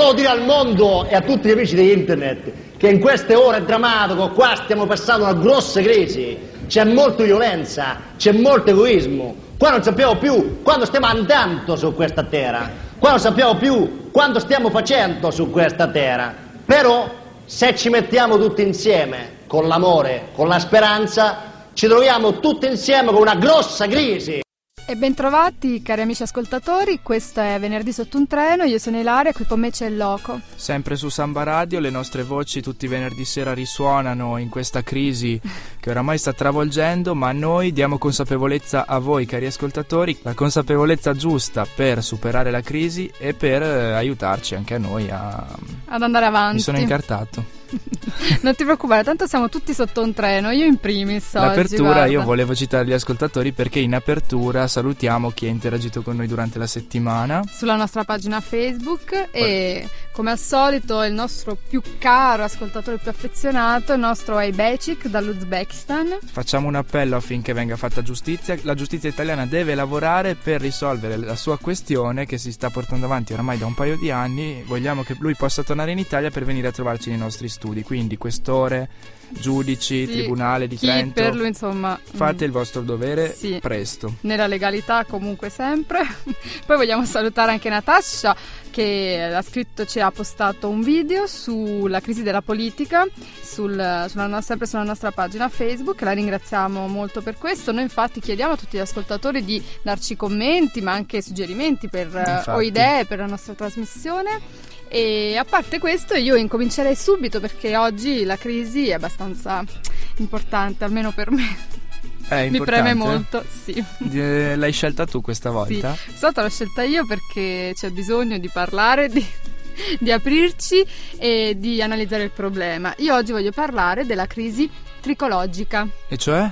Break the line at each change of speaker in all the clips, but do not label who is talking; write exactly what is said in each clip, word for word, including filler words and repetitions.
volevo dire al mondo e a tutti gli amici di internet che in queste ore drammatiche qua stiamo passando una grossa crisi, c'è molta violenza, c'è molto egoismo, qua non sappiamo più quando stiamo andando su questa terra, qua non sappiamo più quando stiamo facendo su questa terra, però se ci mettiamo tutti insieme con l'amore, con la speranza, ci troviamo tutti insieme con una grossa crisi.
E bentrovati cari amici ascoltatori, questo è Venerdì sotto un treno, io sono Ilaria, qui con me c'è il Loco.
Sempre su Samba Radio, le nostre voci tutti i venerdì sera risuonano in questa crisi che oramai sta travolgendo, ma noi diamo consapevolezza a voi cari ascoltatori, la consapevolezza giusta per superare la crisi e per eh, aiutarci anche a noi a...
ad andare avanti.
Mi sono incartato.
Non ti preoccupare, tanto siamo tutti sotto un treno, io in primis
L'apertura
oggi,
io volevo citare gli ascoltatori perché in apertura salutiamo chi ha interagito con noi durante la settimana
sulla nostra pagina Facebook e come al solito il nostro più caro ascoltatore più affezionato, il nostro Aybecik dall'Uzbekistan.
Facciamo un appello affinché venga fatta giustizia. La giustizia italiana deve lavorare per risolvere la sua questione che si sta portando avanti oramai da un paio di anni. Vogliamo che lui possa tornare in Italia per venire a trovarci nei nostri studi, quindi questore, giudici,
sì,
tribunale di
chi
Trento,
per lui, insomma,
fate il vostro dovere,
sì,
presto,
nella legalità comunque sempre. Poi vogliamo salutare anche Natascia che ha scritto, ci ha postato un video sulla crisi della politica sul, sulla, sempre sulla nostra pagina Facebook, la ringraziamo molto per questo. Noi infatti chiediamo a tutti gli ascoltatori di darci commenti ma anche suggerimenti per,
infatti.
o idee per la nostra trasmissione. E a parte questo io incomincerei subito perché oggi la crisi è abbastanza importante, almeno per me.
È
mi preme molto, sì.
L'hai scelta tu questa volta?
Sì, stata l'ho scelta io perché c'è bisogno di parlare, di, di aprirci e di analizzare il problema. Io oggi voglio parlare della crisi tricologica.
E cioè?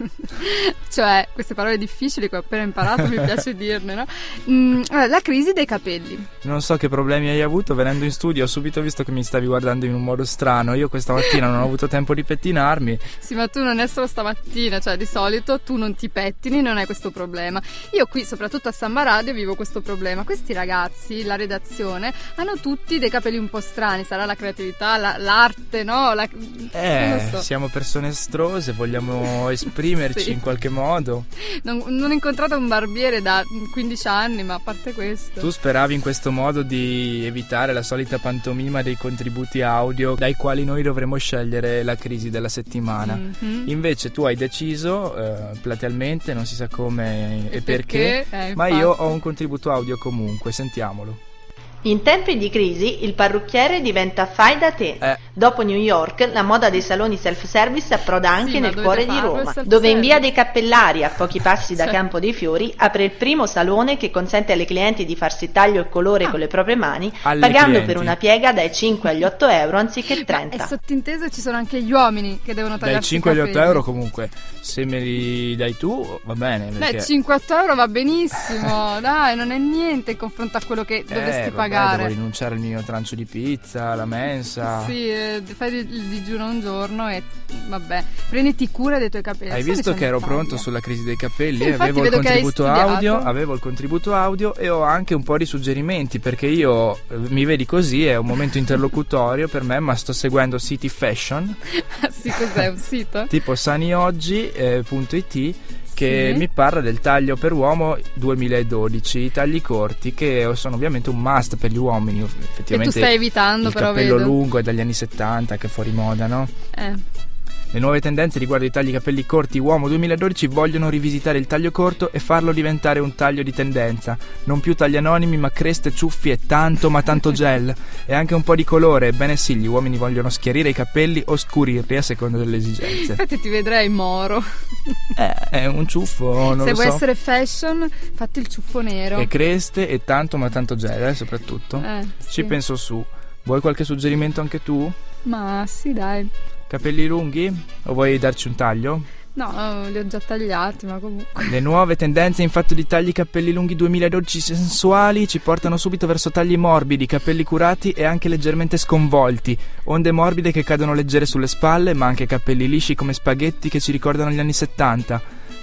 Cioè, queste parole difficili che ho appena imparato, mi piace dirne, no? Mm, allora, la crisi dei capelli.
Non so che problemi hai avuto, venendo in studio ho subito visto che mi stavi guardando in un modo strano. Io questa mattina non ho avuto tempo di pettinarmi.
Sì, ma tu non è solo stamattina, cioè di solito tu non ti pettini, non hai questo problema. Io qui, soprattutto a Samba Radio, vivo questo problema. Questi ragazzi, la redazione, hanno tutti dei capelli un po' strani. Sarà la creatività, la, l'arte, no? La...
Eh,
non lo so.
Siamo persone estrose, vogliamo esprimerci
sì.
in qualche modo.
Non, non ho incontrato un barbiere da quindici anni, ma a parte questo.
Tu speravi in questo modo di evitare la solita pantomima dei contributi audio dai quali noi dovremmo scegliere la crisi della settimana. Mm-hmm. Invece tu hai deciso, eh, platealmente, non si sa come e, e perché, perché eh, ma io ho un contributo audio comunque, sentiamolo.
In tempi di crisi il parrucchiere diventa fai da te.
Eh.
Dopo New York la moda dei saloni self-service approda anche
sì,
nel cuore di Roma, dove in via dei Cappellari, a pochi passi da
cioè.
Campo dei Fiori, apre il primo salone che consente alle clienti di farsi taglio e colore ah. con le proprie mani,
alle
pagando
clienti.
per una piega dai cinque agli otto euro anziché trenta.
Ma è sottinteso ci sono anche gli uomini che devono tagliarsi
dai cinque
agli
otto euro comunque, se me li dai tu va bene. Perché...
Beh, cinque otto euro va benissimo, dai, non è niente in confronto a quello che dovresti
eh, vabbè,
pagare.
Devo rinunciare al mio trancio di pizza, la mensa.
Sì, eh, fai il digiuno un giorno e vabbè, prenditi cura dei tuoi capelli.
Hai
Sono
visto che ero
pronto
pronto sulla crisi dei capelli?
Sì,
eh, avevo il contributo audio, avevo il contributo audio e ho anche un po' di suggerimenti perché io, mi vedi così, è un momento interlocutorio per me, ma sto seguendo siti fashion.
Sì, cos'è un sito?
Tipo sanioggi punto it che
sì.
mi parla del taglio per uomo duemiladodici, i tagli corti che sono ovviamente un must per gli uomini. Effettivamente
che tu stai evitando,
il
però
capello
vedo.
lungo è dagli anni settanta che è fuori moda, no?
Eh.
Le nuove tendenze riguardo i tagli capelli corti uomo duemiladodici vogliono rivisitare il taglio corto e farlo diventare un taglio di tendenza. Non più tagli anonimi ma creste, ciuffi e tanto ma tanto gel. E anche un po' di colore. Ebbene sì, gli uomini vogliono schiarire i capelli o scurirli a seconda delle esigenze.
Infatti ti vedrei moro.
Eh, è un ciuffo, non
Se
lo
vuoi
so.
essere fashion, fatti il ciuffo nero.
E creste e tanto ma tanto gel, eh, soprattutto.
Eh,
Ci
sì.
penso su. Vuoi qualche suggerimento anche tu?
Ma sì, dai.
Capelli lunghi? O vuoi darci un taglio?
No, li ho già tagliati, ma comunque.
Le nuove tendenze in fatto di tagli capelli lunghi duemiladodici sensuali ci portano subito verso tagli morbidi, capelli curati e anche leggermente sconvolti, onde morbide che cadono leggere sulle spalle, ma anche capelli lisci come spaghetti che ci ricordano gli anni settanta.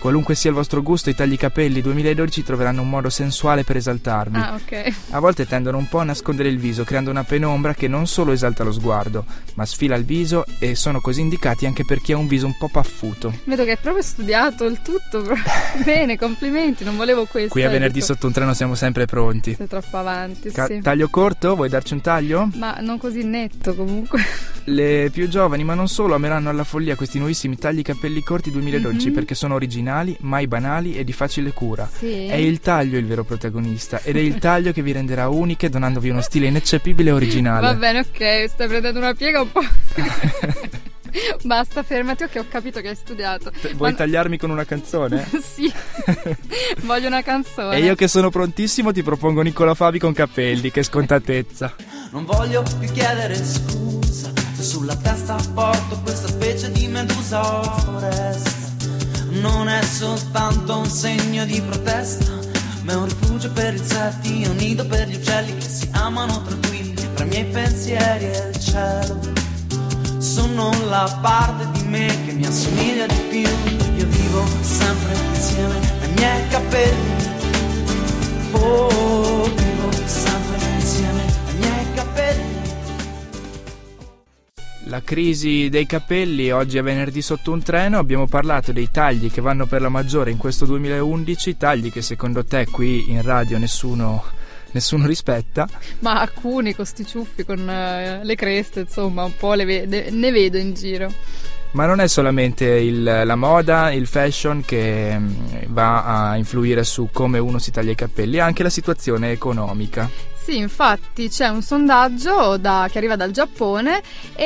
Qualunque sia il vostro gusto, i tagli capelli duemiladodici troveranno un modo sensuale per esaltarvi.
Ah, ok.
A volte tendono un po' a nascondere il viso, creando una penombra che non solo esalta lo sguardo, ma sfila il viso, e sono così indicati anche per chi ha un viso un po' paffuto.
Vedo che hai proprio studiato il tutto. Bene, complimenti, non volevo questo.
Qui a Venerdì
detto.
Sotto un treno siamo sempre pronti.
Sei troppo avanti,
Ca-
sì.
Taglio corto? Vuoi darci un taglio?
Ma non così netto, comunque.
Le più giovani, ma non solo, ameranno alla follia questi nuovissimi tagli capelli corti duemiladodici
Mm-hmm.
perché sono originali, mai banali e di facile cura.
Sì.
È il taglio il vero protagonista, ed è il taglio che vi renderà uniche, donandovi uno stile ineccepibile e originale.
Va bene, ok, stai prendendo una piega un po'. Basta, fermati, ok, ho capito che hai studiato.
T- Vuoi
Ma...
tagliarmi con una canzone?
Sì, voglio una canzone.
E io che sono prontissimo ti propongo Nicola Fabi con Capelli, che scontatezza.
Non voglio più chiedere scusa se sulla testa porto questa specie di medusa o foresta. Non è soltanto un segno di protesta, ma è un rifugio per insetti, un nido per gli uccelli che si amano tranquilli tra i miei pensieri e il cielo. Sono la parte di me che mi assomiglia di più. Io vivo sempre insieme ai miei capelli. Oh, vivo sempre insieme ai miei capelli.
La crisi dei capelli, oggi è Venerdì Sotto un treno, abbiamo parlato dei tagli che vanno per la maggiore in questo duemilaundici, tagli che secondo te qui in radio nessuno, nessuno rispetta.
Ma alcuni con sti ciuffi, con uh, le creste, insomma, un po' le ve- ne vedo in giro.
Ma non è solamente il, la moda, il fashion che mh, va a influire su come uno si taglia i capelli, anche la situazione economica.
Sì, infatti c'è un sondaggio da, che arriva dal Giappone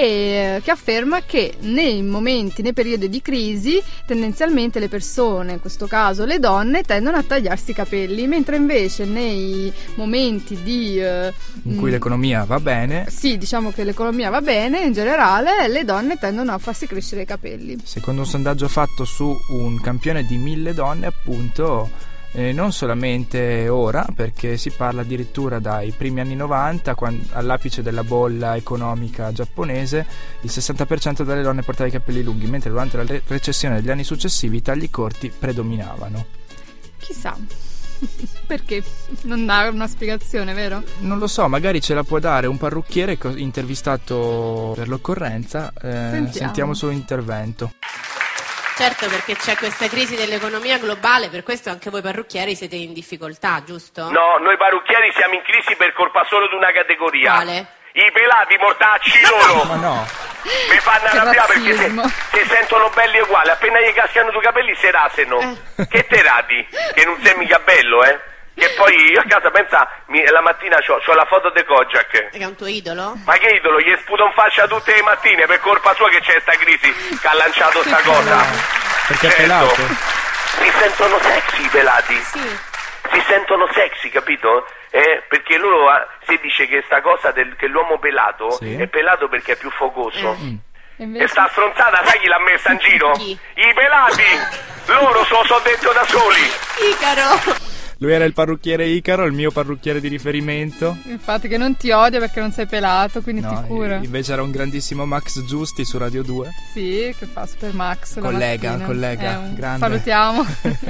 e che afferma che nei momenti, nei periodi di crisi, tendenzialmente le persone, in questo caso le donne, tendono a tagliarsi i capelli, mentre invece nei momenti di... Eh,
in cui
mh,
l'economia va bene.
Sì, diciamo che l'economia va bene, in generale le donne tendono a farsi crescere i capelli.
Secondo un sondaggio fatto su un campione di mille donne, appunto... Eh, non solamente ora, perché si parla addirittura dai primi anni novanta, quando, all'apice della bolla economica giapponese, il sessanta per cento delle donne portava i capelli lunghi, mentre durante la re- recessione degli anni successivi i tagli corti predominavano.
Chissà, perché? Non dà una spiegazione, vero?
Non lo so, magari ce la può dare un parrucchiere co- intervistato per l'occorrenza. Eh,
Sentiamo.
sentiamo il suo intervento.
Certo, perché c'è questa crisi dell'economia globale, per questo anche voi parrucchieri siete in difficoltà, giusto?
No, noi parrucchieri siamo in crisi per colpa solo di una categoria.
Quale?
I pelati mortacci loro.
Ma no,
Mi fanno
Che
arrabbiare perché se,
razzismo.
se sentono belli uguali, appena gli cascano due capelli si raseno.
Eh.
Che te radi? Che non sei mica bello, eh? Che poi io a casa pensa, mi, la mattina c'ho, c'ho la foto de Kojak.
Che è un tuo idolo?
Ma che idolo, gli sputo in faccia tutte le mattine per colpa sua che c'è sta crisi che ha lanciato sta cosa.
perché è
Certo.
pelato.
Si sentono sexy i pelati.
Sì.
Si sentono sexy, capito? Eh, perché loro ah, si dice che sta cosa del, che l'uomo pelato
Sì.
è pelato perché è più focoso.
Eh.
E
E
invece...
sta stronzata, sai chi l'ha messa in giro?
Chi?
I pelati! Loro so, so detto da soli.
Icaro!
Lui era il parrucchiere Icaro, il mio parrucchiere di riferimento.
Infatti che non ti odia perché non sei pelato, quindi
No,
ti cura.
invece era un grandissimo Max Giusti su Radio due.
Sì, che fa Super Max la
Collega,
mattina.
collega,
Eh, un-
grande.
Salutiamo.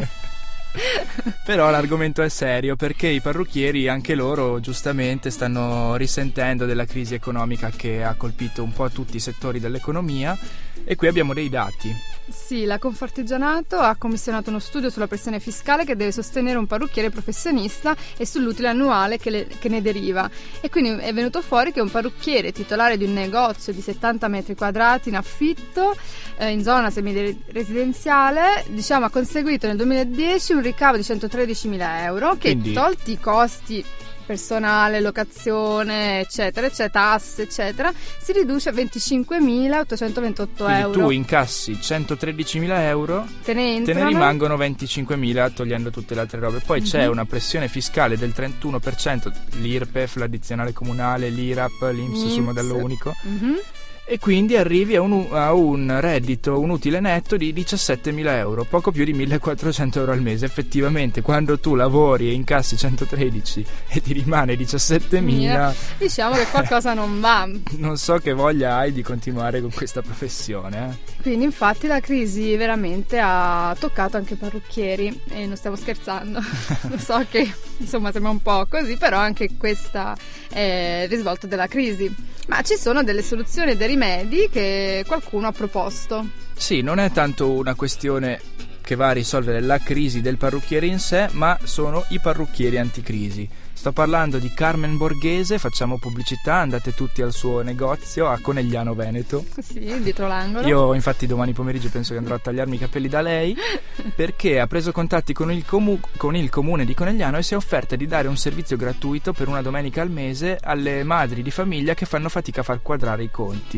Però l'argomento è serio, perché i parrucchieri, anche loro giustamente, stanno risentendo della crisi economica che ha colpito un po' tutti i settori dell'economia, e qui abbiamo dei dati.
Sì, la Confartigianato ha commissionato uno studio sulla pressione fiscale che deve sostenere un parrucchiere professionista e sull'utile annuale che, le- che ne deriva. E quindi è venuto fuori che un parrucchiere titolare di un negozio di settanta metri quadrati in affitto eh, in zona semi-residenziale, diciamo, ha conseguito nel duemiladieci un ricavo di centotredicimila euro che,
Quindi-
tolti i costi personale, locazione, eccetera, eccetera, tasse, eccetera, si riduce a venticinquemilaottocentoventotto
Quindi
euro.
tu incassi centotredicimila euro,
te ne
te ne
entrano
rimangono venticinquemila togliendo tutte le altre robe. Poi
Mhm.
c'è una pressione fiscale del trentuno per cento, l'I R P E F, l'addizionale comunale, l'I R A P, l'I N P S sul
I N P S.
modello unico.
Mhm.
e quindi arrivi a un, a un reddito, un utile netto di diciassettemila euro, poco più di millequattrocento euro al mese. Effettivamente quando tu lavori e incassi centotredici e ti rimane diciassettemila,
diciamo che qualcosa non va.
Non so che voglia hai di continuare con questa professione, eh?
Quindi infatti la crisi veramente ha toccato anche i parrucchieri, e non stiamo scherzando. Lo so che insomma sembra un po' così, però anche questa è il risvolto della crisi. Ma ci sono delle soluzioni e dei rimedi che qualcuno ha proposto.
Sì, non è tanto una questione che va a risolvere la crisi del parrucchiere in sé, ma sono i parrucchieri anticrisi. Sto parlando di Carmen Borghese, facciamo pubblicità, andate tutti al suo negozio a Conegliano Veneto.
Sì, dietro l'angolo.
Io infatti domani pomeriggio penso che andrò a tagliarmi i capelli da lei, perché ha preso contatti con il, comu- con il comune di Conegliano e si è offerta di dare un servizio gratuito per una domenica al mese alle madri di famiglia che fanno fatica a far quadrare i conti.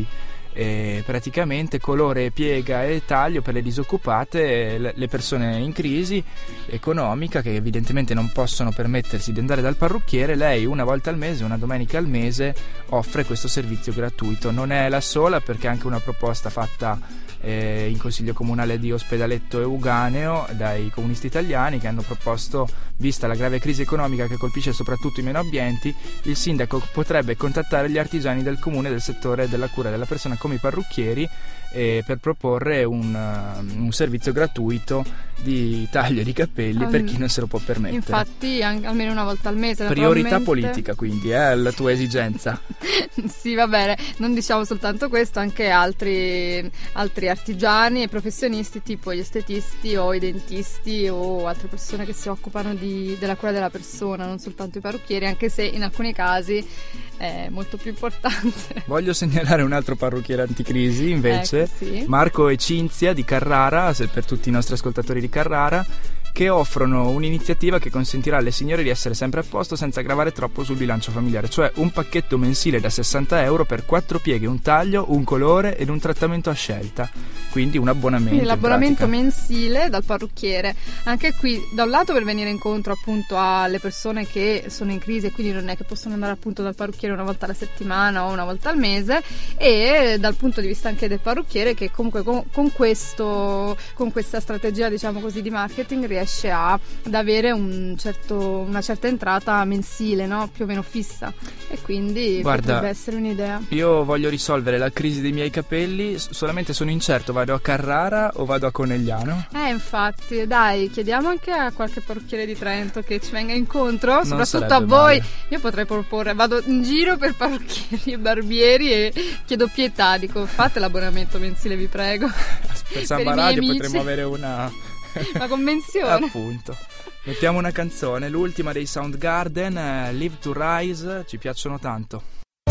E praticamente colore, piega e taglio per le disoccupate, le persone in crisi economica che evidentemente non possono permettersi di andare dal parrucchiere. Lei una volta al mese, una domenica al mese, offre questo servizio gratuito. Non è la sola, perché è anche una proposta fatta eh, in consiglio comunale di Ospedaletto e Uganeo dai comunisti italiani, che hanno proposto, vista la grave crisi economica che colpisce soprattutto i meno abbienti, il sindaco potrebbe contattare gli artigiani del comune del settore della cura della persona come i parrucchieri eh, per proporre un, uh, un servizio gratuito di taglio di capelli um, per chi non se lo può permettere.
Infatti an- almeno una volta al mese.
Priorità politica, quindi, è eh, la tua esigenza.
Sì, va bene, non diciamo soltanto questo, anche altri, altri artigiani e professionisti tipo gli estetisti o i dentisti o altre persone che si occupano di, della cura della persona, non soltanto i parrucchieri, anche se in alcuni casi è molto più importante.
Voglio segnalare un altro parrucchiere anticrisi invece,
ecco, sì.
Marco e Cinzia di Carrara, per tutti i nostri ascoltatori di Carrara, che offrono un'iniziativa che consentirà alle signore di essere sempre a posto senza gravare troppo sul bilancio familiare, cioè un pacchetto mensile da sessanta euro per quattro pieghe, un taglio, un colore ed un trattamento a scelta, quindi un abbonamento.
Quindi l'abbonamento mensile dal parrucchiere, anche qui da un lato per venire incontro appunto alle persone che sono in crisi e quindi non è che possono andare appunto dal parrucchiere una volta alla settimana o una volta al mese, e dal punto di vista anche del parrucchiere che comunque con, con questo con questa strategia, diciamo così, di marketing riesce a, ad avere un certo, una certa entrata mensile, no? Più o meno fissa, e quindi
guarda,
potrebbe essere un'idea.
Io voglio risolvere la crisi dei miei capelli, solamente sono incerto, vado a Carrara o vado a Conegliano?
Eh infatti, dai, chiediamo anche a qualche parrucchiere di Trento che ci venga incontro, non soprattutto a voi. Male. Io potrei proporre, vado in giro per parrucchieri e barbieri e chiedo pietà, dico fate l'abbonamento mensile, vi prego.
Per Samba Radio potremmo avere una
una convenzione.
Appunto. Mettiamo una canzone, l'ultima dei Soundgarden, eh, Live to Rise, ci piacciono tanto.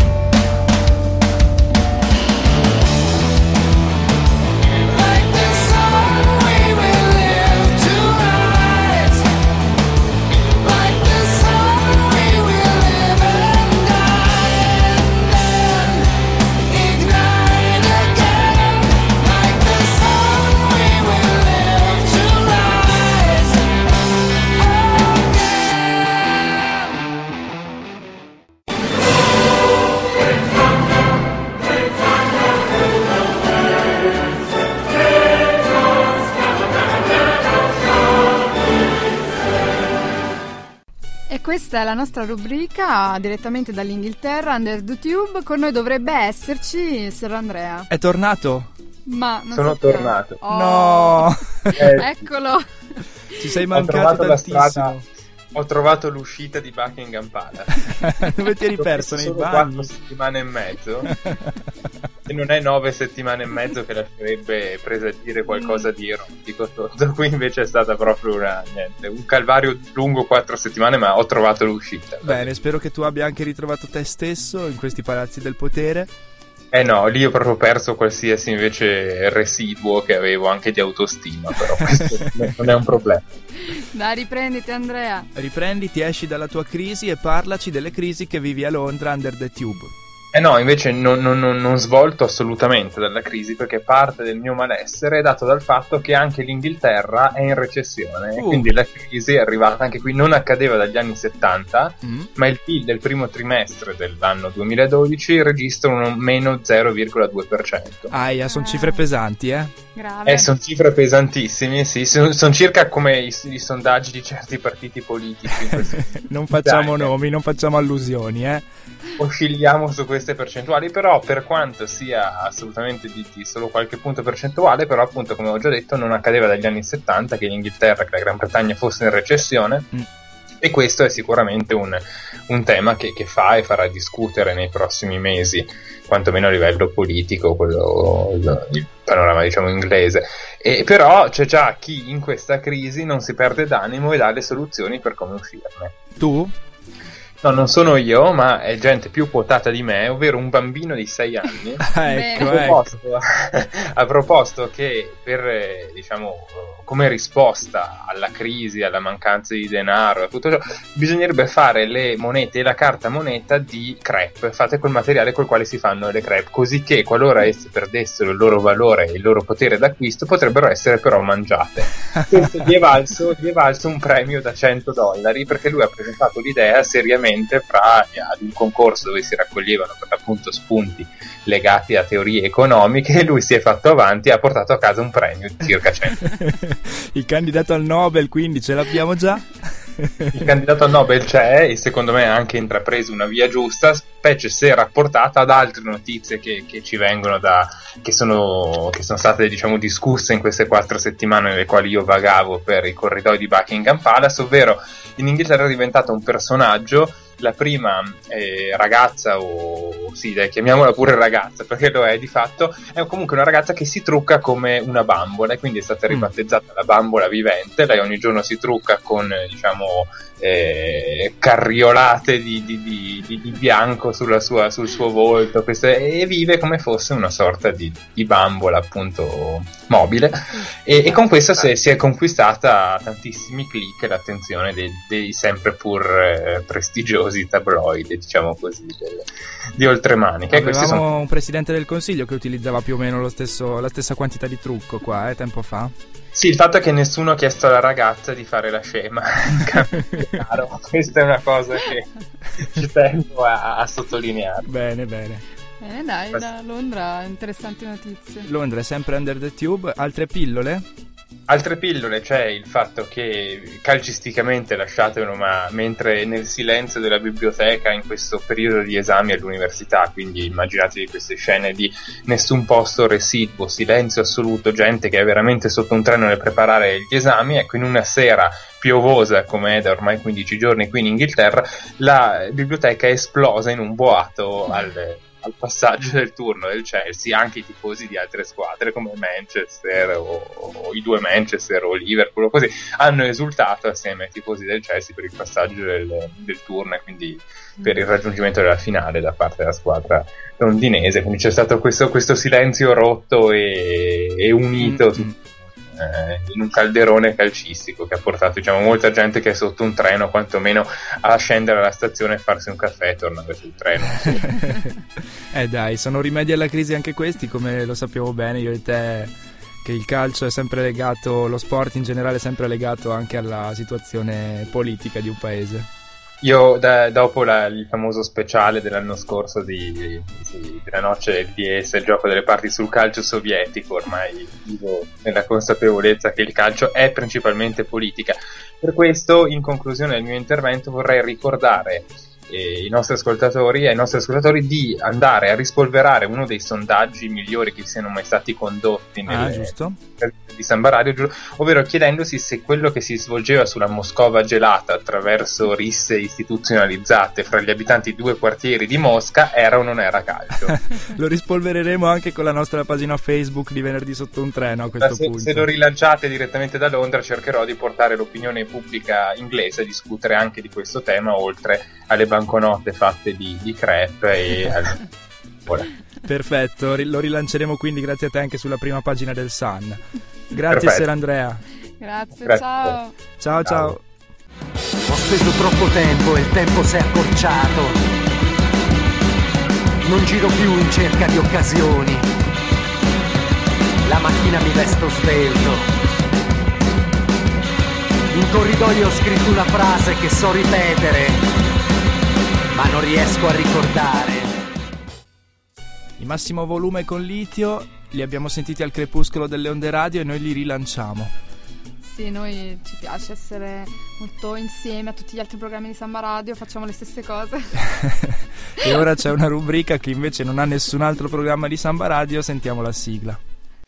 Questa è la nostra rubrica direttamente dall'Inghilterra, Under the Tube. Con noi dovrebbe esserci Sir Andrea.
È tornato?
Ma non
Sono
sappiamo.
tornato.
Oh.
No!
Eh,
Eccolo.
Ci sei mancato tantissimo.
Strada, ho trovato l'uscita di Buckingham Palace.
Dove ti eri perso? Nei bagni?
Quattro settimane e mezzo. E non è nove settimane e mezzo che lascerebbe presagire qualcosa di erotico sotto. Qui invece è stata proprio una, niente, un calvario lungo quattro settimane, ma ho trovato l'uscita.
Bene, spero che tu abbia anche ritrovato te stesso in questi palazzi del potere.
Eh no, lì ho proprio perso qualsiasi invece residuo che avevo anche di autostima, però questo non è un problema.
Dai, riprenditi Andrea.
Riprenditi, esci dalla tua crisi e parlaci delle crisi che vivi a Londra under the tube.
Eh no, invece non, non, non, non svolto assolutamente dalla crisi, perché parte del mio malessere è dato dal fatto che anche l'Inghilterra è in recessione, uh. quindi la crisi è arrivata anche qui, non accadeva dagli anni settanta, mm. ma il P I L del primo trimestre dell'anno duemiladodici registra un meno zero virgola due per cento.
Aia, sono cifre pesanti, eh?
Grave.
Eh, sono cifre pesantissime, sì, sono, sono circa come i, i sondaggi di certi partiti politici.
Non facciamo nomi, non facciamo allusioni, eh?
Oscilliamo su queste percentuali, però per quanto sia assolutamente di, di solo qualche punto percentuale, però appunto come ho già detto non accadeva dagli anni settanta che l'Inghilterra, che la Gran Bretagna fosse in recessione, mm. e questo è sicuramente un, un tema che, che fa e farà discutere nei prossimi mesi, quantomeno a livello politico, quello, il panorama diciamo inglese. E però c'è già chi in questa crisi non si perde d'animo e dà le soluzioni per come uscirne.
Tu?
No, non sono io, ma è gente più quotata di me, ovvero un bambino di sei anni.
Ah, ecco,
ha, proposto, ha proposto che per, diciamo, come risposta alla crisi, alla mancanza di denaro e tutto ciò, bisognerebbe fare le monete e la carta moneta di crepe, fatte col materiale col quale si fanno le crepe, così che qualora esse perdessero il loro valore e il loro potere d'acquisto, potrebbero essere però mangiate. Questo gli è valso, gli è valso un premio da cento dollari, perché lui ha presentato l'idea seriamente fra ad un concorso dove si raccoglievano per l'appunto spunti legati a teorie economiche, e lui si è fatto avanti e ha portato a casa un premio di circa cento.
Il candidato al Nobel quindi ce l'abbiamo già?
Il candidato al Nobel c'è e secondo me ha anche intrapreso una via giusta, specie se rapportata ad altre notizie che, che ci vengono da che sono, che sono state diciamo discusse in queste quattro settimane nelle quali io vagavo per i corridoi di Buckingham Palace, ovvero in Inghilterra è diventato un personaggio, la prima eh, ragazza, o sì dai, chiamiamola pure ragazza perché lo è di fatto, è comunque una ragazza che si trucca come una bambola, e quindi è stata ribattezzata la bambola vivente. Lei ogni giorno si trucca con diciamo eh, carriolate di, di, di, di, di bianco sulla sua, sul suo volto, queste, e vive come fosse una sorta di, di bambola appunto mobile, e, e con questo si è, si è conquistata tantissimi click e l'attenzione dei, dei sempre pur eh, prestigiosi tabloid, diciamo così, del, di oltremanica.
Avevamo
sono...
un presidente del Consiglio che utilizzava più o meno lo stesso, la stessa quantità di trucco qua, eh, tempo fa.
Sì, il fatto è che nessuno ha chiesto alla ragazza di fare la scema. Chiaro, questa è una cosa che ci tengo a, a sottolineare.
Bene, bene.
Eh dai, da Londra, interessanti notizie.
Londra è sempre under the tube. Altre pillole?
Altre pillole, c'è il fatto che calcisticamente, lasciatelo, ma mentre nel silenzio della biblioteca in questo periodo di esami all'università, quindi immaginatevi queste scene di nessun posto residuo, silenzio assoluto, gente che è veramente sotto un treno nel preparare gli esami, ecco, in una sera piovosa come è da ormai quindici giorni qui in Inghilterra, la biblioteca è esplosa in un boato al al passaggio del turno del Chelsea. Anche i tifosi di altre squadre come Manchester o, o i due Manchester o Liverpool o così hanno esultato assieme ai tifosi del Chelsea per il passaggio del, del turno e quindi per il raggiungimento della finale da parte della squadra londinese. Quindi c'è stato questo, questo silenzio rotto e, e unito mm-hmm. eh, in un calderone calcistico che ha portato diciamo molta gente che è sotto un treno quantomeno a scendere alla stazione e farsi un caffè e tornare sul treno.
Eh dai, sono rimedi alla crisi anche questi, come lo sappiamo bene io e te, che il calcio è sempre legato, lo sport in generale è sempre legato anche alla situazione politica di un paese.
Io da, dopo la, il famoso speciale dell'anno scorso di, di, della noce del D S, il gioco delle parti sul calcio sovietico, ormai vivo nella consapevolezza che il calcio è principalmente politica. Per questo, in conclusione del mio intervento, vorrei ricordare eh, i nostri ascoltatori e ai nostri ascoltatori di andare a rispolverare uno dei sondaggi migliori che siano mai stati condotti nelle,
ah, giusto.
di Samba Radio, ovvero chiedendosi se quello che si svolgeva sulla Moscova gelata attraverso risse istituzionalizzate fra gli abitanti di due quartieri di Mosca era o non era calcio.
Lo rispolvereremo anche con la nostra pagina Facebook di Venerdì Sotto un Treno a questo
se,
punto.
Se lo rilanciate direttamente da Londra cercherò di portare l'opinione pubblica inglese a discutere anche di questo tema, oltre alle banconote fatte di, di crepe e al...
Perfetto, lo rilanceremo quindi grazie a te anche sulla prima pagina del Sun. Grazie
Perfetto.
Ser Andrea.
Grazie,
Grazie.
ciao.
Ciao, ciao. Ciao.
Ho speso troppo tempo e il tempo si è accorciato. non giro più in cerca di occasioni. La mattina mi vesto svelto. In corridoio ho scritto una frase che so ripetere, ma non riesco a ricordare.
Il massimo volume con Litio li abbiamo sentiti al crepuscolo delle onde radio e noi li rilanciamo.
Sì, noi ci piace essere molto insieme a tutti gli altri programmi di Samba Radio, facciamo le stesse cose.
E ora c'è una rubrica che invece non ha nessun altro programma di Samba Radio, sentiamo la sigla.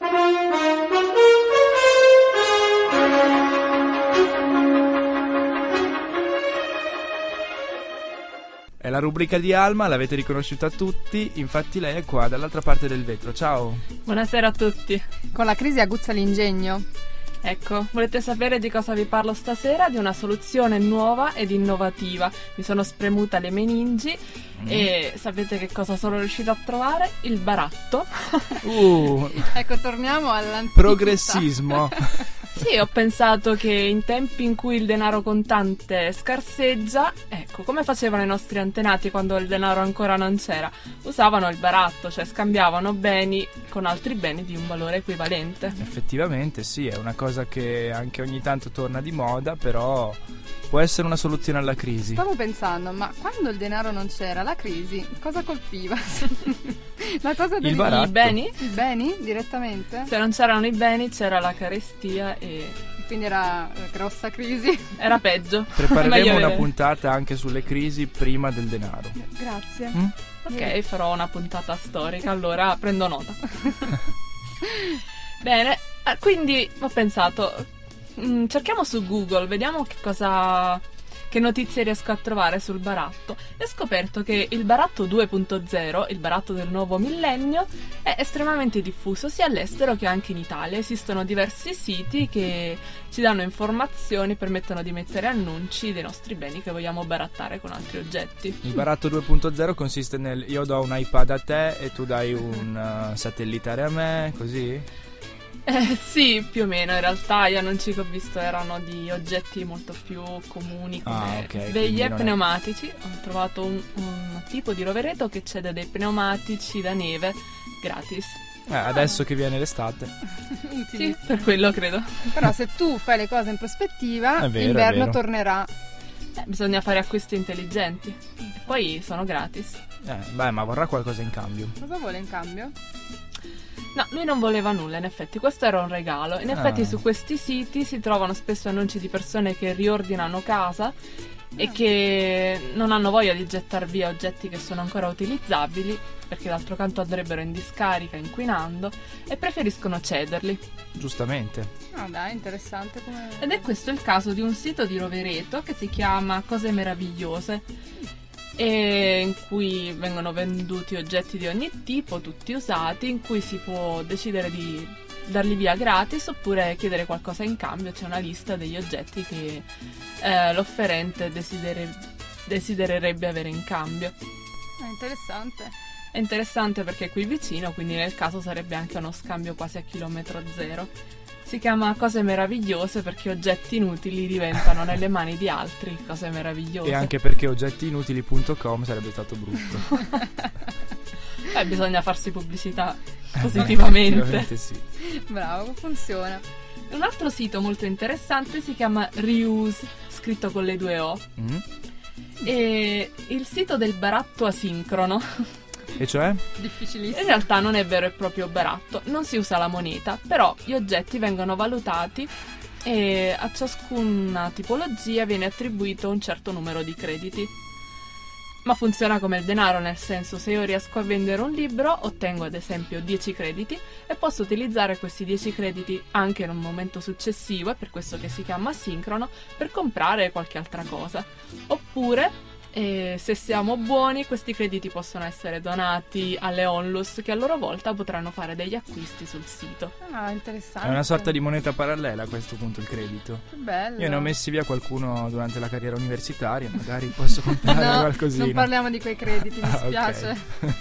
È la rubrica di Alma, l'avete riconosciuta tutti, infatti lei è qua dall'altra parte del vetro. Ciao!
Buonasera a tutti.
Con la crisi aguzza l'ingegno.
Ecco, volete sapere di cosa vi parlo stasera? Di una soluzione nuova ed innovativa. Mi sono spremuta le meningi mm. e sapete che cosa sono riuscita a trovare? Il baratto.
Uh.
Ecco, torniamo all'antichità.
Progressismo.
Sì, ho pensato che in tempi in cui il denaro contante scarseggia, ecco, come facevano i nostri antenati quando il denaro ancora non c'era? Usavano il baratto, cioè scambiavano beni con altri beni di un valore equivalente.
Effettivamente sì, è una cosa che anche ogni tanto torna di moda, però può essere una soluzione alla crisi.
Stavo pensando, ma quando il denaro non c'era, la crisi cosa colpiva? La cosa
il
dei
baratto.
I beni?
I beni direttamente?
Se non c'erano i beni c'era la carestia e...
Quindi era grossa crisi.
Era peggio.
Prepareremo una puntata anche sulle crisi prima del denaro.
Grazie.
Mm?
Ok, yeah. Farò una puntata storica, allora prendo nota. Bene, quindi ho pensato, mh, cerchiamo su Google, vediamo che cosa... che notizie riesco a trovare sul baratto. E ho scoperto che il baratto due punto zero, il baratto del nuovo millennio, è estremamente diffuso sia all'estero che anche in Italia. Esistono diversi siti che ci danno informazioni, permettono di mettere annunci dei nostri beni che vogliamo barattare con altri oggetti.
Il baratto due punto zero consiste nel io do un iPad a te e tu dai un uh, satellitare a me, così?
Eh, sì, più o meno. In realtà io annunci che ho visto erano di oggetti molto più comuni come
ah, okay,
sveglie e
è...
pneumatici. Ho trovato un, un tipo di rovereto che cede dei pneumatici da neve gratis.
Eh, adesso che viene l'estate.
Sì, per quello credo.
Però se tu fai le cose in prospettiva,
è vero,
l'inverno
è vero.
tornerà.
Eh, bisogna fare acquisti intelligenti. E poi sono gratis.
Eh, beh, ma vorrà qualcosa in cambio.
Cosa vuole in cambio?
No, lui non voleva nulla, in effetti, questo era un regalo. In effetti
ah.
su questi siti si trovano spesso annunci di persone che riordinano casa ah. e che non hanno voglia di gettar via oggetti che sono ancora utilizzabili, perché d'altro canto andrebbero in discarica inquinando, e preferiscono cederli.
Giustamente.
Ah dai, interessante come...
Ed è questo il caso di un sito di Rovereto che si chiama Cose Meravigliose, e in cui vengono venduti oggetti di ogni tipo, tutti usati, in cui si può decidere di darli via gratis oppure chiedere qualcosa in cambio. C'è una lista degli oggetti che eh, l'offerente desidere, desidererebbe avere in cambio.
È interessante.
È interessante perché è qui vicino, quindi nel caso sarebbe anche uno scambio quasi a chilometro zero. Si chiama Cose Meravigliose perché oggetti inutili diventano nelle mani di altri cose meravigliose.
E anche perché oggettiinutili punto com sarebbe stato brutto.
Beh, bisogna farsi pubblicità positivamente.
Sì.
Bravo, funziona.
Un altro sito molto interessante si chiama Reuse, scritto con le due O. Mm. E il sito del baratto asincrono.
E cioè?
Difficilissimo.
In realtà non è vero e proprio baratto, non si usa la moneta, però gli oggetti vengono valutati e a ciascuna tipologia viene attribuito un certo numero di crediti. Ma funziona come il denaro, nel senso, se io riesco a vendere un libro, ottengo ad esempio dieci crediti e posso utilizzare questi dieci crediti anche in un momento successivo, è per questo che si chiama asincrono, per comprare qualche altra cosa. Oppure, e se siamo buoni, questi crediti possono essere donati alle onlus, che a loro volta potranno fare degli acquisti sul sito.
Ah, interessante.
È una sorta di moneta parallela a questo punto il credito.
Che bello.
Io ne ho messi via qualcuno durante la carriera universitaria, magari posso comprare
no,
qualcosina.
Non parliamo di quei crediti, mi
ah,
spiace.
Okay.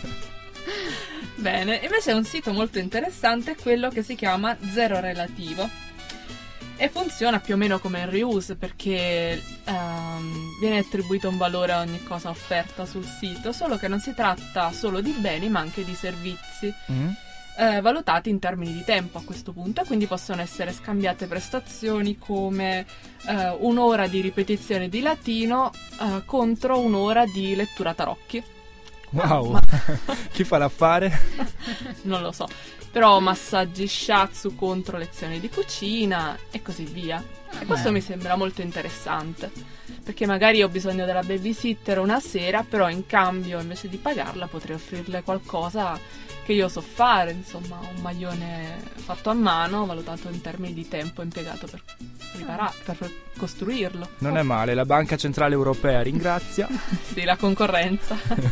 Bene, invece un sito molto interessante è quello che si chiama Zero Relativo. E funziona più o meno come il reuse, perché ehm, viene attribuito un valore a ogni cosa offerta sul sito, solo che non si tratta solo di beni ma anche di servizi. Mm. Eh, valutati in termini di tempo a questo punto, e quindi possono essere scambiate prestazioni come eh, un'ora di ripetizione di latino eh, contro un'ora di lettura tarocchi.
Wow,
Ma...
chi fa l'affare?
Non lo so, però massaggi shiatsu contro lezioni di cucina e così via. E questo mi sembra molto interessante, perché magari ho bisogno della babysitter una sera, però in cambio invece di pagarla potrei offrirle qualcosa che io so fare, insomma un maglione fatto a mano, valutato in termini di tempo impiegato per riparare, per costruirlo.
Non è male, la Banca Centrale Europea ringrazia.
Sì, la concorrenza.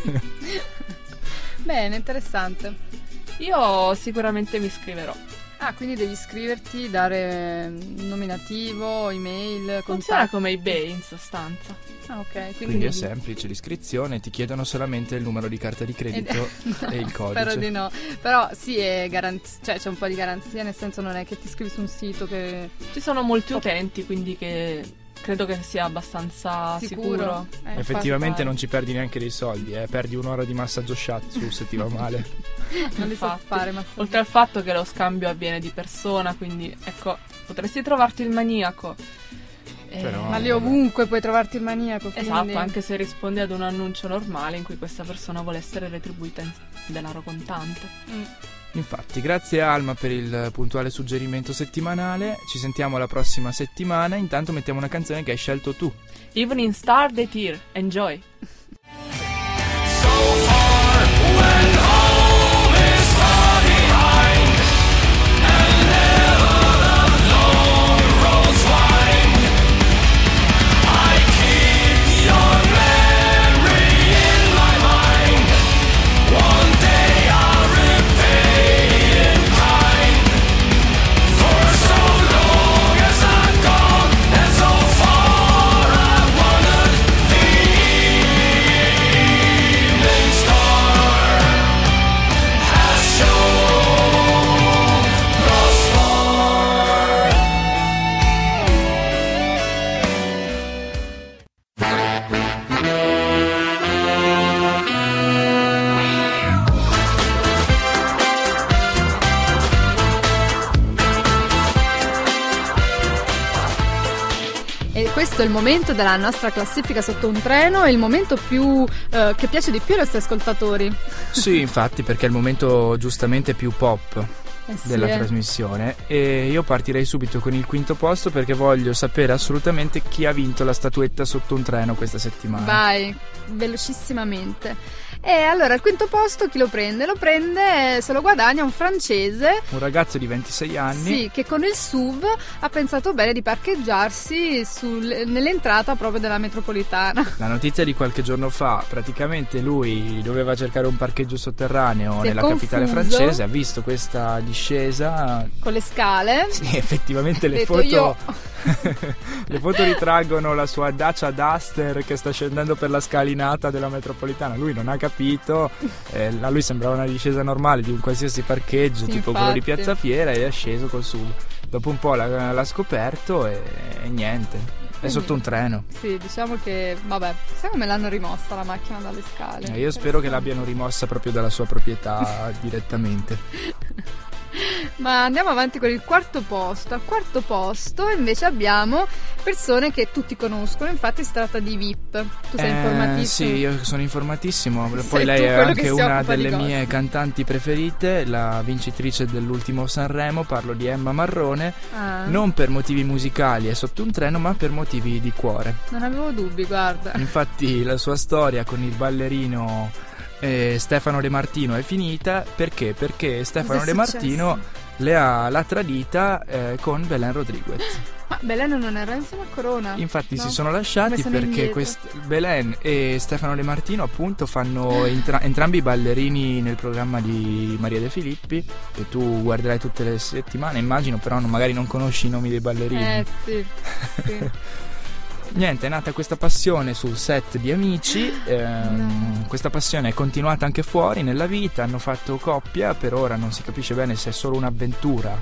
Bene, interessante.
Io sicuramente mi iscriverò.
Ah, quindi devi iscriverti, dare nominativo, email,
funziona
contatti.
come eBay in sostanza.
Ah, ok. Quindi,
quindi è semplice l'iscrizione, ti chiedono solamente il numero di carta di credito
Ed...
e il codice.
Spero di no. Però sì, è garanzia, cioè c'è un po' di garanzia, nel senso non è che ti iscrivi su un sito che...
Ci sono molti utenti, quindi che credo che sia abbastanza sicuro.
sicuro. Eh,
Effettivamente non ci perdi neanche dei soldi, eh. Perdi un'ora di massaggio shiatsu se ti va male.
Non li so fare, ma...
Oltre al fatto che lo scambio avviene di persona, quindi ecco, potresti trovarti il maniaco.
Però...
Ma lì ovunque puoi trovarti il maniaco. Quindi...
Esatto, anche se rispondi ad un annuncio normale in cui questa persona vuole essere retribuita in denaro contante.
Mm.
Infatti, grazie Alma per il puntuale suggerimento settimanale. Ci sentiamo la prossima settimana. Intanto mettiamo una canzone che hai scelto tu.
Evening Star The Tear. Enjoy.
So far when home is far behind, and never the long roads wind, I keep your memory in my mind. One day I'll repay in kind, for so long as I've gone and so far I've wandered. The evening star has shone thus far.
E questo è il momento della nostra classifica sotto un treno, è il momento più eh, che piace di più ai nostri ascoltatori.
Sì, infatti, perché è il momento giustamente più pop
Eh sì,
della
eh.
trasmissione. E io partirei subito con il quinto posto, perché voglio sapere assolutamente chi ha vinto la statuetta sotto un treno questa settimana.
Vai, velocissimamente. E allora il quinto posto chi lo prende? Lo prende, se lo guadagna un francese.
Un ragazzo di ventisei anni.
Sì, che con il S U V ha pensato bene di parcheggiarsi sul, nell'entrata proprio della metropolitana.
La notizia di qualche giorno fa, praticamente lui doveva cercare un parcheggio sotterraneo
Si è
nella
confuso.
capitale francese, ha visto questa discesa.
Con le scale.
Sì, effettivamente le
Detto
foto
io.
le foto ritraggono la sua Dacia Duster che sta scendendo per la scalinata della metropolitana. Lui non ha capito, eh, a lui sembrava una discesa normale di un qualsiasi parcheggio,
Sì,
tipo
infatti.
quello di Piazza Fiera, ed è sceso col S U V. Dopo un po' l'ha, l'ha scoperto e, e niente, è sotto un treno.
Sì, diciamo che, vabbè, chissà come l'hanno rimossa la macchina dalle scale.
Eh, io spero che l'abbiano rimossa proprio dalla sua proprietà direttamente.
Ma andiamo avanti con il quarto posto. Al quarto posto invece abbiamo persone che tutti conoscono, infatti si tratta di V I P. Tu sei
Eh,
informatissimo?
Sì, io sono informatissimo. Poi
Sei
lei
tu
è
quello che
anche
si
una
occupa di
delle
gossip.
mie cantanti preferite, la vincitrice dell'ultimo Sanremo. Parlo di Emma Marrone.
Ah.
Non per motivi musicali è sotto un treno, ma per motivi di cuore.
Non avevo dubbi, guarda.
Infatti la sua storia con il ballerino eh, Stefano De Martino è finita. Perché? Perché Stefano
Cos'è
De Martino
successo?
le ha, l'ha tradita eh, con Belen Rodriguez.
Ma Belen non era insieme a Corona?
Infatti
No?
si sono lasciati
Come sono
perché
indietro?
quest- Belen e Stefano De Martino appunto fanno entra- entrambi i ballerini nel programma di Maria De Filippi, che tu guarderai tutte le settimane immagino, però non- magari non conosci i nomi dei ballerini.
Eh sì, sì.
Niente, è nata questa passione sul set di Amici, ehm, questa passione è continuata anche fuori nella vita, hanno fatto coppia, per ora non si capisce bene se è solo un'avventura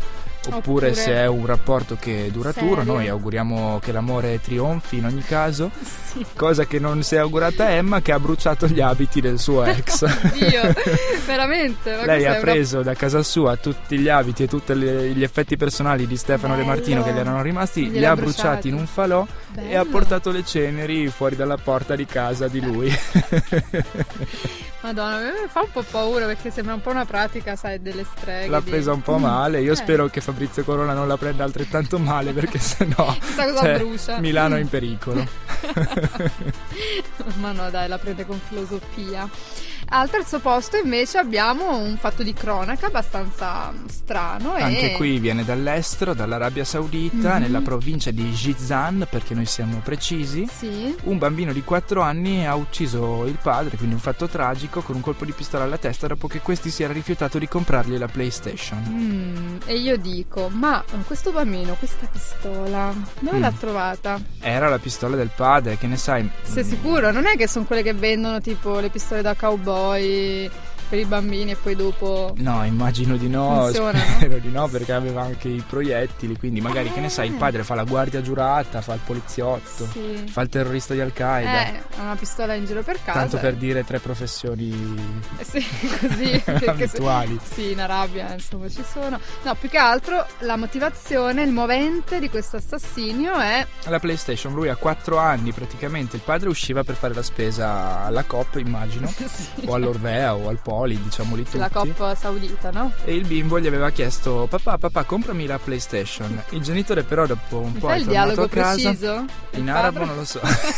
oppure,
Oppure
se è un rapporto che è duraturo.
serio.
Noi auguriamo che l'amore trionfi in ogni caso,
Sì.
cosa che non si è augurata a Emma, che ha bruciato gli abiti del suo ex.
Oddio, veramente? Ma
Lei
cos'è
ha
una-
preso da casa sua tutti gli abiti e tutti gli effetti personali di Stefano De
Bello.
Martino che le erano rimasti,
Glieli
li
ha
ha bruciati
bruciati.
in un falò e ha
Bello.
portato le ceneri fuori dalla porta di casa di lui.
Madonna, mi fa un po' paura perché sembra un po' una pratica, sai, delle streghe.
L'ha
di-
presa un po' male. Io
Eh.
spero che Fabrizio Corona non la prenda altrettanto male, perché sennò
Chissà cosa
cioè,
brucia.
Milano è in pericolo.
Ma no, dai, la prende con filosofia. Al terzo posto invece abbiamo un fatto di cronaca abbastanza strano.
Anche
e...
qui viene dall'estero, dall'Arabia Saudita,
Mhm.
nella provincia di Jizan, perché noi siamo precisi.
Sì.
Un bambino di quattro anni ha ucciso il padre, quindi un fatto tragico, con un colpo di pistola alla testa dopo che questi si era rifiutato di comprargli la PlayStation.
Mm, e io dico, ma questo bambino, questa pistola, dove
Mm.
l'ha trovata?
Era la pistola del padre, che ne sai?
Sei sicuro? Non è che sono quelle che vendono tipo le pistole da cowboy per i bambini e poi dopo...
No, immagino di no,
Funzionano?
spero di no, perché aveva anche i proiettili, quindi magari, che ne sai, il padre fa la guardia giurata, fa il poliziotto,
Sì.
fa il terrorista di Al-Qaeda.
Eh, ha una pistola in giro per casa.
Tanto per dire tre professioni
Eh sì, così che- che-
abituali.
sì, in Arabia insomma ci sono. No, più che altro la motivazione, il movente di questo assassinio è
La PlayStation, lui ha quattro anni praticamente, il padre usciva per fare la spesa alla Coop, immagino,
Sì.
o all'Orvea o al Poli, diciamoli tutti.
la Coop saudita, no?
E il bimbo gli aveva chiesto: papà, papà, comprami la PlayStation. Il genitore però dopo un
Mi
po'
fai
è
il
tornato
dialogo
a casa.
preciso?
In
Il
arabo
padre?
non lo so.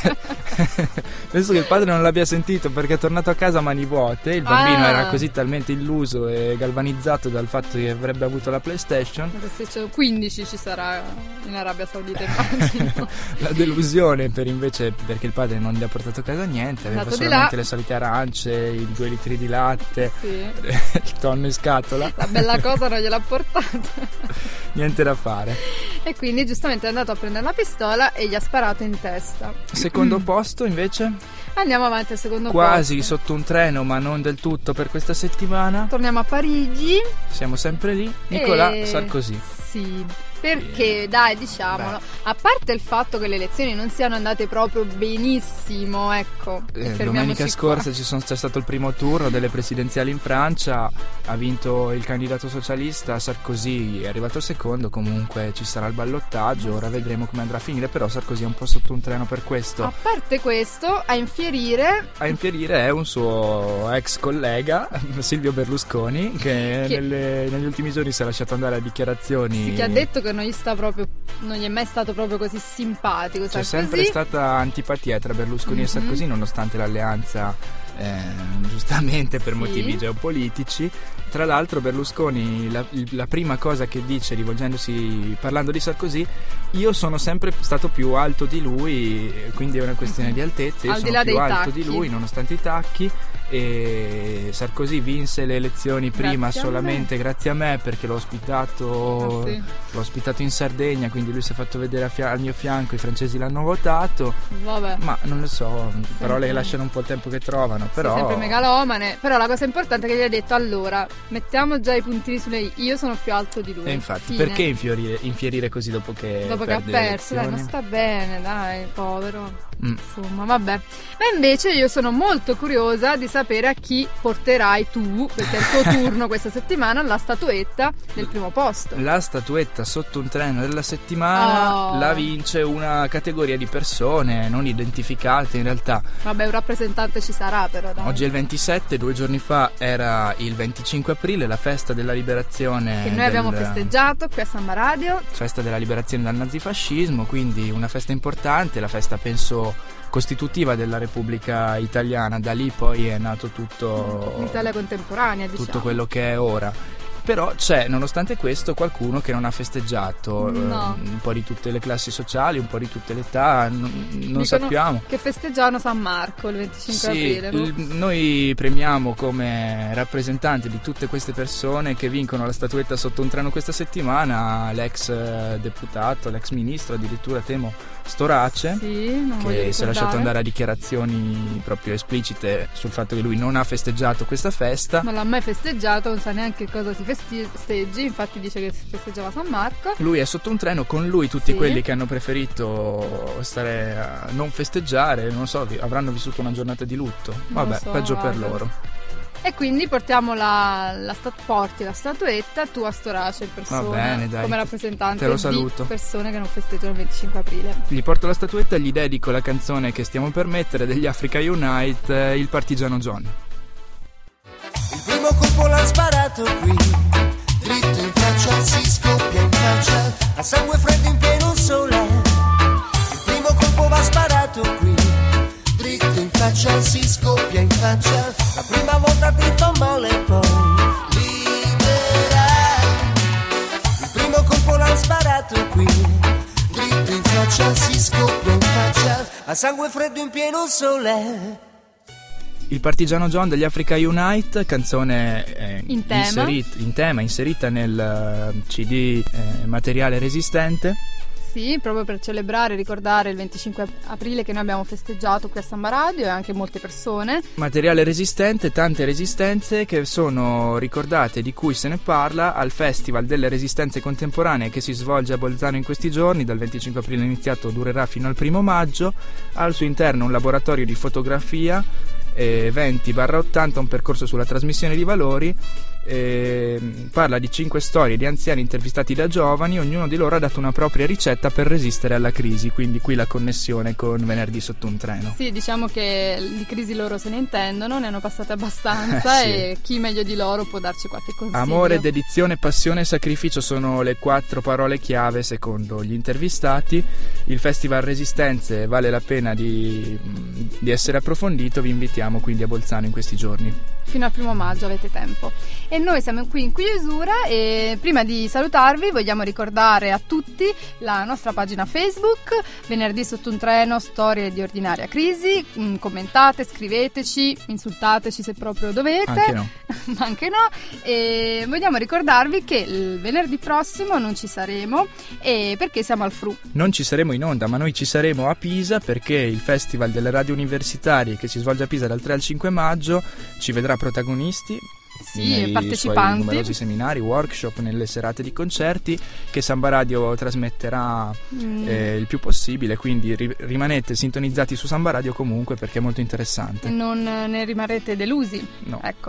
Penso che il padre non l'abbia sentito, perché è tornato a casa a mani vuote. Il bambino
Ah.
era così talmente illuso e galvanizzato dal fatto che avrebbe avuto la PlayStation.
Ma se c'è quindici ci sarà in Arabia Saudita, immagino.
La delusione per invece perché il padre non gli ha portato a casa niente, aveva
Andato di
solamente
là.
le solite arance, i due litri di latte,
Sì.
il tonno in scatola.
La bella cosa non gliel'ha portata.
Niente da fare.
E quindi giustamente è andato a prendere la pistola e gli ha sparato in testa.
Secondo posto invece,
Andiamo avanti al secondo
quasi
posto.
sotto un treno, ma non del tutto per questa settimana.
Torniamo a Parigi.
Siamo sempre lì. Nicolas
E-
Sarkozy.
Sì, perché dai, diciamolo, a parte il fatto che le elezioni non siano andate proprio benissimo, ecco, e
Eh,
fermiamoci
domenica
qua.
scorsa ci sono, c'è stato il primo turno delle presidenziali in Francia, ha vinto il candidato socialista, Sarkozy è arrivato secondo, comunque ci sarà il ballottaggio, ora vedremo come andrà a finire, però Sarkozy è un po' sotto un treno per questo.
A parte questo, a infierire
A infierire è un suo ex collega, Silvio Berlusconi, che,
Che-
nelle- negli ultimi giorni si è lasciato andare a dichiarazioni.
sì, che ha detto che non gli sta proprio, non gli è mai stato proprio così simpatico.
C'è
Sarkozy.
sempre stata antipatia tra Berlusconi
Mhm.
e Sarkozy, nonostante l'alleanza, eh, giustamente per
Sì.
motivi geopolitici. Tra l'altro Berlusconi, la, la prima cosa che dice rivolgendosi, parlando di Sarkozy: io sono sempre stato più alto di lui, quindi è una questione di altezza, io
Al di
sono
là
più
dei
alto
tacchi.
di lui nonostante i tacchi. E Sarkozy vinse le elezioni prima
Grazie a
solamente
me.
grazie a me, perché l'ho ospitato
Ah, sì.
l'ho ospitato in Sardegna, quindi lui si è fatto vedere a fia- al mio fianco, i francesi l'hanno votato,
Vabbè.
ma non lo so, parole che lasciano un po' il tempo che trovano, però
Sei sempre megalomane. Però la cosa importante è che gli ha detto: allora, mettiamo già i puntini sulle i. Io sono più alto di lui.
E infatti,
Fine.
perché infierire, infierire così dopo che
Dopo che ha
perde le
perso, dai, non
elezioni?
sta bene, dai, povero.
Mm.
Insomma, vabbè. Ma invece io sono molto curiosa di sapere a chi porterai tu, perché è il tuo turno questa settimana, la statuetta del primo posto.
La statuetta sotto un treno della settimana
Oh.
la vince una categoria di persone non identificate in realtà.
Vabbè, un rappresentante ci sarà, però dai.
Oggi è il ventisette, due giorni fa era il venticinque aprile, la festa della liberazione
Che noi
del-
abbiamo festeggiato qui a Samba Radio.
festa della liberazione dal nazifascismo, quindi una festa importante, la festa penso costitutiva della Repubblica Italiana. Da lì poi è nato tutto
L'Italia contemporanea, diciamo.
tutto quello che è ora. Però c'è, nonostante questo, qualcuno che non ha festeggiato,
No.
eh, un po' di tutte le classi sociali, un po' di tutte le età, n- non
Dicono
sappiamo.
che festeggiano San Marco il venticinque
Sì,
aprile. no?
il- noi premiamo come rappresentanti di tutte queste persone che vincono la statuetta sotto un treno questa settimana l'ex eh, deputato, l'ex ministro, addirittura temo Storace,
Sì, non voglio
che si è lasciato
ricordare.
andare a dichiarazioni proprio esplicite sul fatto che lui non ha festeggiato questa festa.
Non l'ha mai festeggiato, non sa neanche cosa si festi- festeggi, infatti dice che si festeggiava San Marco.
Lui è sotto un treno, con lui tutti
Sì.
quelli che hanno preferito stare a non festeggiare, non so, vi- avranno vissuto una giornata di lutto.
Non
Vabbè,
lo so,
peggio per
guarda.
loro.
E quindi portiamo la, la sta- porti la statuetta tu a Storace in persona,
Va bene, dai,
come
te-
rappresentante
te lo
di
saluto.
persone che non festeggiano il venticinque aprile.
Gli porto la statuetta e gli dedico la canzone che stiamo per mettere degli Africa Unite, eh, il Partigiano John.
Il primo colpo l'ha sparato qui, dritto in faccia, si scoppia in faccia, a sangue freddo in pieno sole. Il primo colpo va sparato qui, dritto in faccia, si scoppia in faccia, la prima volta ti fa male poi liberai. Il primo colpo l'ha sparato qui, dritto in faccia, si scoppia in faccia, a sangue freddo in pieno sole.
Il Partigiano John degli Africa Unite, canzone eh,
In tema.
inserita, in tema, inserita nel eh, C D eh, Materiale Resistente.
Sì, proprio per celebrare e ricordare il venticinque aprile che noi abbiamo festeggiato qui a Samba Radio e anche molte persone.
Materiale resistente, tante resistenze che sono ricordate, di cui se ne parla al Festival delle Resistenze Contemporanee che si svolge a Bolzano in questi giorni, dal venticinque aprile iniziato, durerà fino al primo maggio. Ha al suo interno un laboratorio di fotografia, eh, venti barra ottanta, un percorso sulla trasmissione di valori. Eh, parla di cinque storie di anziani intervistati da giovani, ognuno di loro ha dato una propria ricetta per resistere alla crisi, quindi qui la connessione con Venerdì sotto un treno.
Sì, diciamo che di crisi loro se ne intendono, ne hanno passate abbastanza
Sì.
e chi meglio di loro può darci qualche consiglio.
Amore, dedizione, passione e sacrificio sono le quattro parole chiave secondo gli intervistati. Il Festival Resistenze vale la pena di, di essere approfondito, vi invitiamo quindi a Bolzano in questi giorni.
Fino al primo maggio avete tempo. E noi siamo qui in chiusura e prima di salutarvi vogliamo ricordare a tutti la nostra pagina Facebook, Venerdì sotto un treno, storie di ordinaria crisi. Mm, commentate, scriveteci, insultateci se proprio dovete.
Anche no.
Ma anche no. E vogliamo ricordarvi che il venerdì prossimo non ci saremo, e perché siamo al Fru.
Non ci saremo in onda, ma noi ci saremo a Pisa perché il Festival delle Radio Universitarie che si svolge a Pisa dal tre al cinque maggio ci vedrà protagonisti.
Sì,
nei
partecipanti.
suoi numerosi seminari, workshop, nelle serate di concerti che Samba Radio trasmetterà
Mm.
eh, il più possibile, quindi ri- rimanete sintonizzati su Samba Radio comunque perché è molto interessante.
Non ne rimarrete delusi.
No.
Ecco.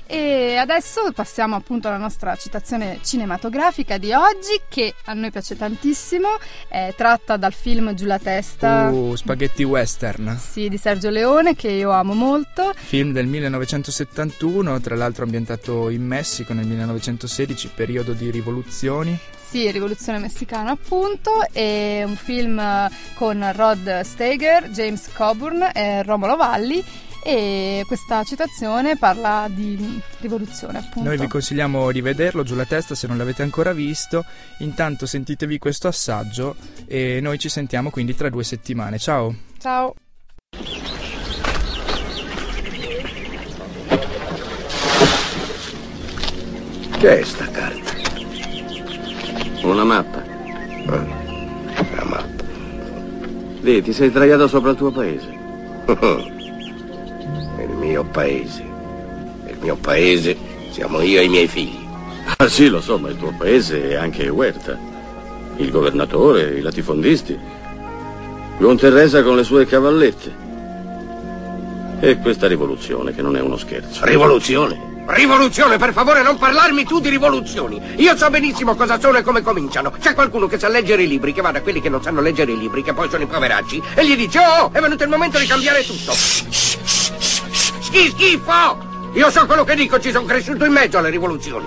E adesso passiamo appunto alla nostra citazione cinematografica di oggi, che a noi piace tantissimo, è tratta dal film Giù la testa.
Uh, spaghetti western.
Sì, di Sergio Leone, che io amo molto.
Film del millenovecentosettantuno, tra l'altro ambientato in Messico nel millenovecentosedici, periodo di rivoluzioni.
Sì, Rivoluzione Messicana appunto, è un film con Rod Steiger, James Coburn e Romolo Valli, e questa citazione parla di rivoluzione appunto.
Noi vi consigliamo di vederlo, Giù la testa, se non l'avete ancora visto. Intanto sentitevi questo assaggio e noi ci sentiamo quindi tra due settimane. Ciao!
Ciao!
Che è sta carta? Una mappa. Ah, una mappa. Lì, ti sei sdraiato sopra il tuo paese. Il mio paese. Il mio paese siamo io e i miei figli.
Ah sì, lo so, ma il tuo paese è anche Huerta. Il governatore, i latifondisti. Guonterresa con le sue cavallette. E questa rivoluzione che non è uno scherzo.
Rivoluzione? Rivoluzione, per favore, non parlarmi tu di rivoluzioni. Io so benissimo cosa sono e come cominciano. C'è qualcuno che sa leggere i libri, che va da quelli che non sanno leggere i libri, che poi sono i poveracci, e gli dice: oh, è venuto il momento di cambiare tutto. Schi schifo! Io so quello che dico, ci sono cresciuto in mezzo alle rivoluzioni.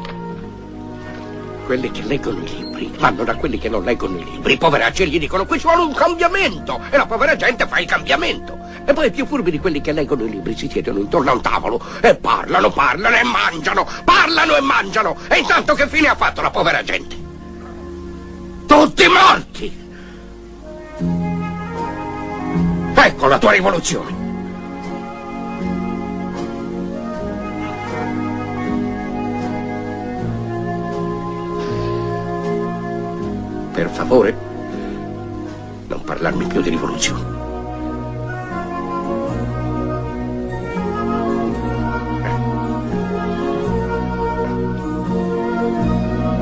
Quelli che leggono i libri vanno da quelli che non leggono i libri, i poveracci, e gli dicono: qui ci vuole un cambiamento, e la povera gente fa il cambiamento. E poi i più furbi di quelli che leggono i libri si siedono intorno a un tavolo e parlano, parlano e mangiano, parlano e mangiano. E intanto che fine ha fatto la povera gente? Tutti morti! Ecco la tua rivoluzione. Per favore, non parlarmi più di rivoluzione.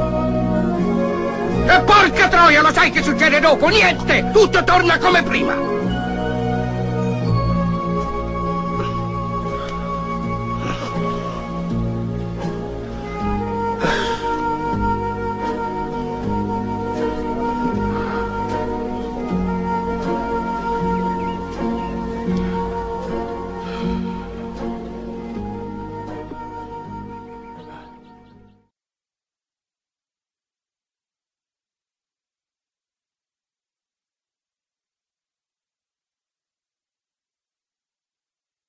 E porca troia, lo sai che succede dopo? Niente! Tutto torna come prima!